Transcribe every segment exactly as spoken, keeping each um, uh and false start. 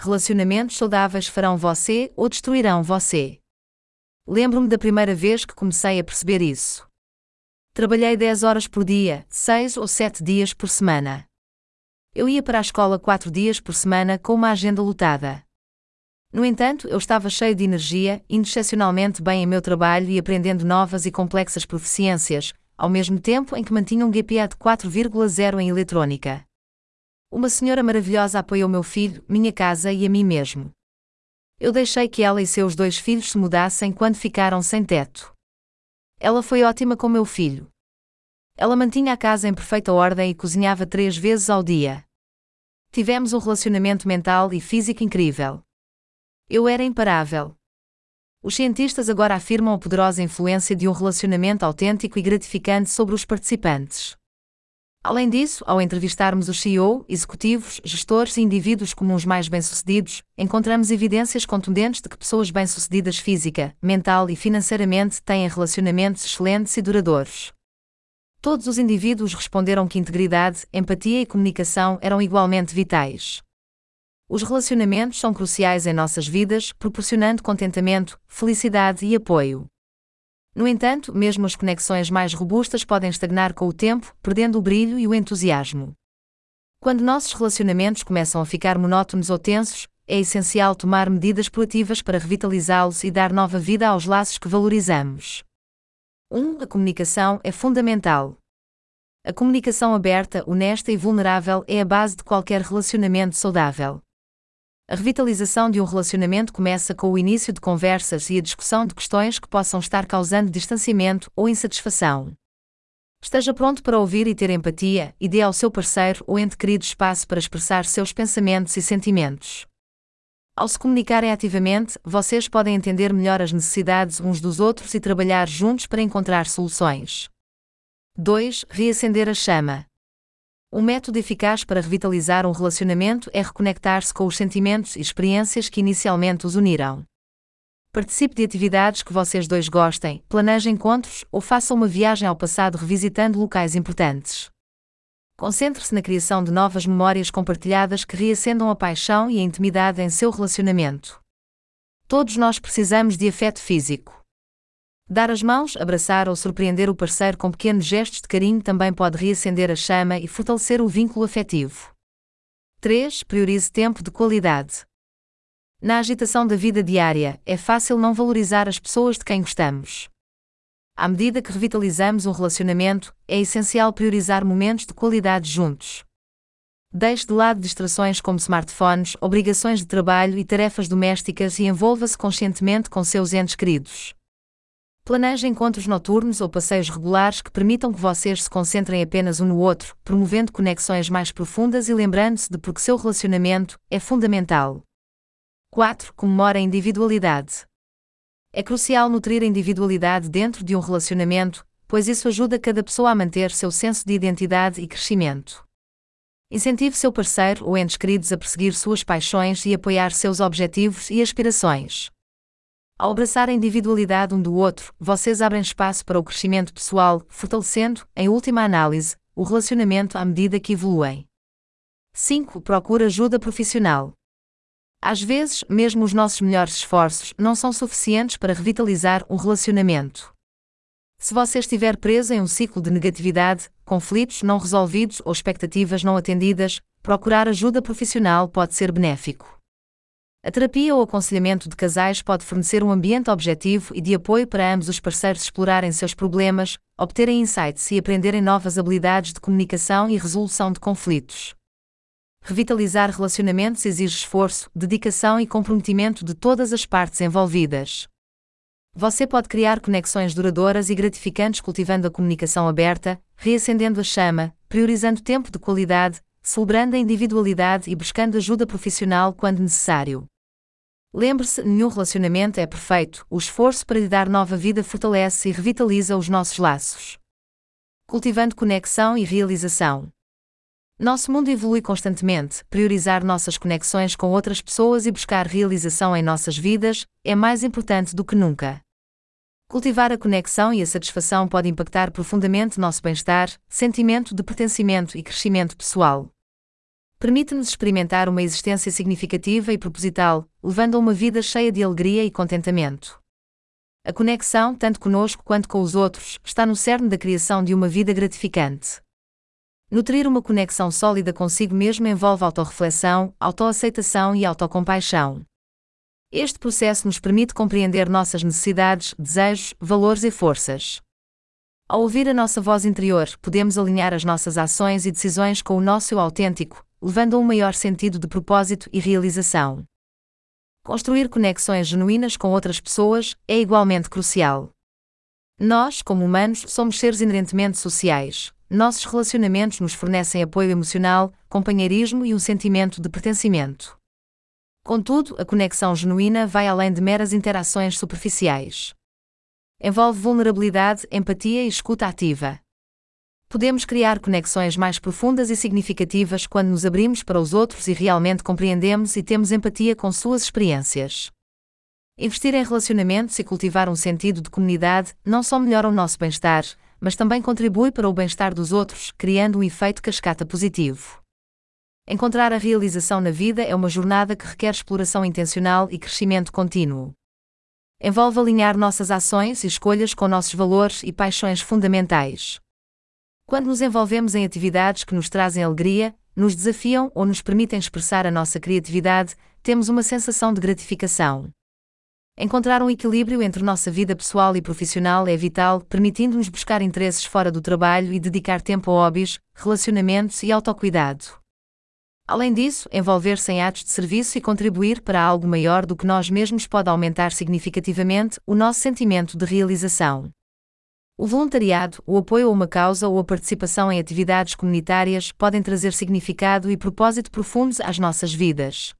Relacionamentos saudáveis farão você ou destruirão você. Lembro-me da primeira vez que comecei a perceber isso. Trabalhei dez horas por dia, seis ou sete dias por semana. Eu ia para a escola quatro dias por semana com uma agenda lotada. No entanto, eu estava cheio de energia, indo excepcionalmente bem em meu trabalho e aprendendo novas e complexas proficiências, ao mesmo tempo em que mantinha um G P A de quatro vírgula zero em eletrônica. Uma senhora maravilhosa apoiou meu filho, minha casa e a mim mesmo. Eu deixei que ela e seus dois filhos se mudassem quando ficaram sem teto. Ela foi ótima com meu filho. Ela mantinha a casa em perfeita ordem e cozinhava três vezes ao dia. Tivemos um relacionamento mental e físico incrível. Eu era imparável. Os cientistas agora afirmam a poderosa influência de um relacionamento autêntico e gratificante sobre os participantes. Além disso, ao entrevistarmos os C E O, executivos, gestores e indivíduos comuns mais bem-sucedidos, encontramos evidências contundentes de que pessoas bem-sucedidas física, mental e financeiramente têm relacionamentos excelentes e duradouros. Todos os indivíduos responderam que integridade, empatia e comunicação eram igualmente vitais. Os relacionamentos são cruciais em nossas vidas, proporcionando contentamento, felicidade e apoio. No entanto, mesmo as conexões mais robustas podem estagnar com o tempo, perdendo o brilho e o entusiasmo. Quando nossos relacionamentos começam a ficar monótonos ou tensos, é essencial tomar medidas proativas para revitalizá-los e dar nova vida aos laços que valorizamos. um A comunicação é fundamental. A comunicação aberta, honesta e vulnerável é a base de qualquer relacionamento saudável. A revitalização de um relacionamento começa com o início de conversas e a discussão de questões que possam estar causando distanciamento ou insatisfação. Esteja pronto para ouvir e ter empatia, e dê ao seu parceiro ou ente querido espaço para expressar seus pensamentos e sentimentos. Ao se comunicarem ativamente, vocês podem entender melhor as necessidades uns dos outros e trabalhar juntos para encontrar soluções. dois Reacender a chama. Um método eficaz para revitalizar um relacionamento é reconectar-se com os sentimentos e experiências que inicialmente os uniram. Participe de atividades que vocês dois gostem, planeje encontros ou faça uma viagem ao passado revisitando locais importantes. Concentre-se na criação de novas memórias compartilhadas que reacendam a paixão e a intimidade em seu relacionamento. Todos nós precisamos de afeto físico. Dar as mãos, abraçar ou surpreender o parceiro com pequenos gestos de carinho também pode reacender a chama e fortalecer o vínculo afetivo. três Priorize tempo de qualidade. Na agitação da vida diária, é fácil não valorizar as pessoas de quem gostamos. À medida que revitalizamos um relacionamento, é essencial priorizar momentos de qualidade juntos. Deixe de lado distrações como smartphones, obrigações de trabalho e tarefas domésticas e envolva-se conscientemente com seus entes queridos. Planeje encontros noturnos ou passeios regulares que permitam que vocês se concentrem apenas um no outro, promovendo conexões mais profundas e lembrando-se de porque seu relacionamento é fundamental. quatro Comemore a individualidade. É crucial nutrir a individualidade dentro de um relacionamento, pois isso ajuda cada pessoa a manter seu senso de identidade e crescimento. Incentive seu parceiro ou entes queridos a perseguir suas paixões e apoiar seus objetivos e aspirações. Ao abraçar a individualidade um do outro, vocês abrem espaço para o crescimento pessoal, fortalecendo, em última análise, o relacionamento à medida que evoluem. cinco Procure ajuda profissional. Às vezes, mesmo os nossos melhores esforços não são suficientes para revitalizar um relacionamento. Se você estiver preso em um ciclo de negatividade, conflitos não resolvidos ou expectativas não atendidas, procurar ajuda profissional pode ser benéfico. A terapia ou aconselhamento de casais pode fornecer um ambiente objetivo e de apoio para ambos os parceiros explorarem seus problemas, obterem insights e aprenderem novas habilidades de comunicação e resolução de conflitos. Revitalizar relacionamentos exige esforço, dedicação e comprometimento de todas as partes envolvidas. Você pode criar conexões duradouras e gratificantes cultivando a comunicação aberta, reacendendo a chama, priorizando tempo de qualidade, celebrando a individualidade e buscando ajuda profissional quando necessário. Lembre-se, nenhum relacionamento é perfeito, o esforço para lhe dar nova vida fortalece e revitaliza os nossos laços. Cultivando conexão e realização. Nosso mundo evolui constantemente, priorizar nossas conexões com outras pessoas e buscar realização em nossas vidas é mais importante do que nunca. Cultivar a conexão e a satisfação pode impactar profundamente nosso bem-estar, sentimento de pertencimento e crescimento pessoal. Permite-nos experimentar uma existência significativa e proposital, levando a uma vida cheia de alegria e contentamento. A conexão, tanto conosco quanto com os outros, está no cerne da criação de uma vida gratificante. Nutrir uma conexão sólida consigo mesmo envolve autorreflexão, autoaceitação e autocompaixão. Este processo nos permite compreender nossas necessidades, desejos, valores e forças. Ao ouvir a nossa voz interior, podemos alinhar as nossas ações e decisões com o nosso eu autêntico, levando a um maior sentido de propósito e realização. Construir conexões genuínas com outras pessoas é igualmente crucial. Nós, como humanos, somos seres inerentemente sociais. Nossos relacionamentos nos fornecem apoio emocional, companheirismo e um sentimento de pertencimento. Contudo, a conexão genuína vai além de meras interações superficiais. Envolve vulnerabilidade, empatia e escuta ativa. Podemos criar conexões mais profundas e significativas quando nos abrimos para os outros e realmente compreendemos e temos empatia com suas experiências. Investir em relacionamentos e cultivar um sentido de comunidade não só melhora o nosso bem-estar, mas também contribui para o bem-estar dos outros, criando um efeito cascata positivo. Encontrar a realização na vida é uma jornada que requer exploração intencional e crescimento contínuo. Envolve alinhar nossas ações e escolhas com nossos valores e paixões fundamentais. Quando nos envolvemos em atividades que nos trazem alegria, nos desafiam ou nos permitem expressar a nossa criatividade, temos uma sensação de gratificação. Encontrar um equilíbrio entre nossa vida pessoal e profissional é vital, permitindo-nos buscar interesses fora do trabalho e dedicar tempo a hobbies, relacionamentos e autocuidado. Além disso, envolver-se em atos de serviço e contribuir para algo maior do que nós mesmos pode aumentar significativamente o nosso sentimento de realização. O voluntariado, o apoio a uma causa ou a participação em atividades comunitárias podem trazer significado e propósito profundos às nossas vidas.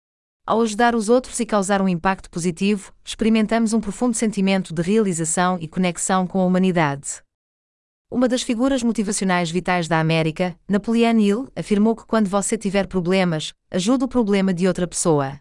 Ao ajudar os outros e causar um impacto positivo, experimentamos um profundo sentimento de realização e conexão com a humanidade. Uma das figuras motivacionais vitais da América, Napoleon Hill, afirmou que quando você tiver problemas, ajude o problema de outra pessoa.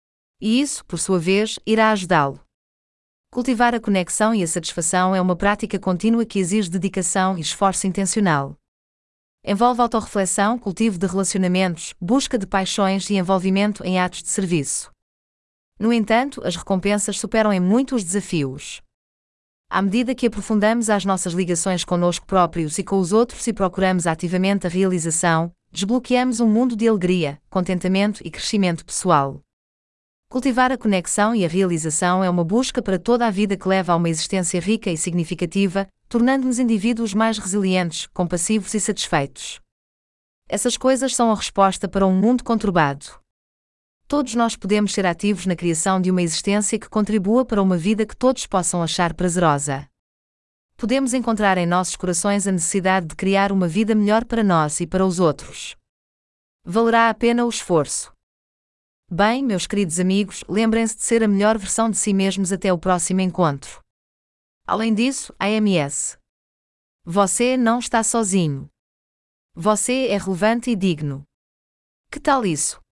E isso, por sua vez, irá ajudá-lo. Cultivar a conexão e a satisfação é uma prática contínua que exige dedicação e esforço intencional. Envolve autorreflexão, cultivo de relacionamentos, busca de paixões e envolvimento em atos de serviço. No entanto, as recompensas superam em muito os desafios. À medida que aprofundamos as nossas ligações conosco próprios e com os outros e procuramos ativamente a realização, desbloqueamos um mundo de alegria, contentamento e crescimento pessoal. Cultivar a conexão e a realização é uma busca para toda a vida que leva a uma existência rica e significativa, tornando-nos indivíduos mais resilientes, compassivos e satisfeitos. Essas coisas são a resposta para um mundo conturbado. Todos nós podemos ser ativos na criação de uma existência que contribua para uma vida que todos possam achar prazerosa. Podemos encontrar em nossos corações a necessidade de criar uma vida melhor para nós e para os outros. Valerá a pena o esforço. Bem, meus queridos amigos, lembrem-se de ser a melhor versão de si mesmos até o próximo encontro. Além disso, A M S. Você não está sozinho. Você é relevante e digno. Que tal isso?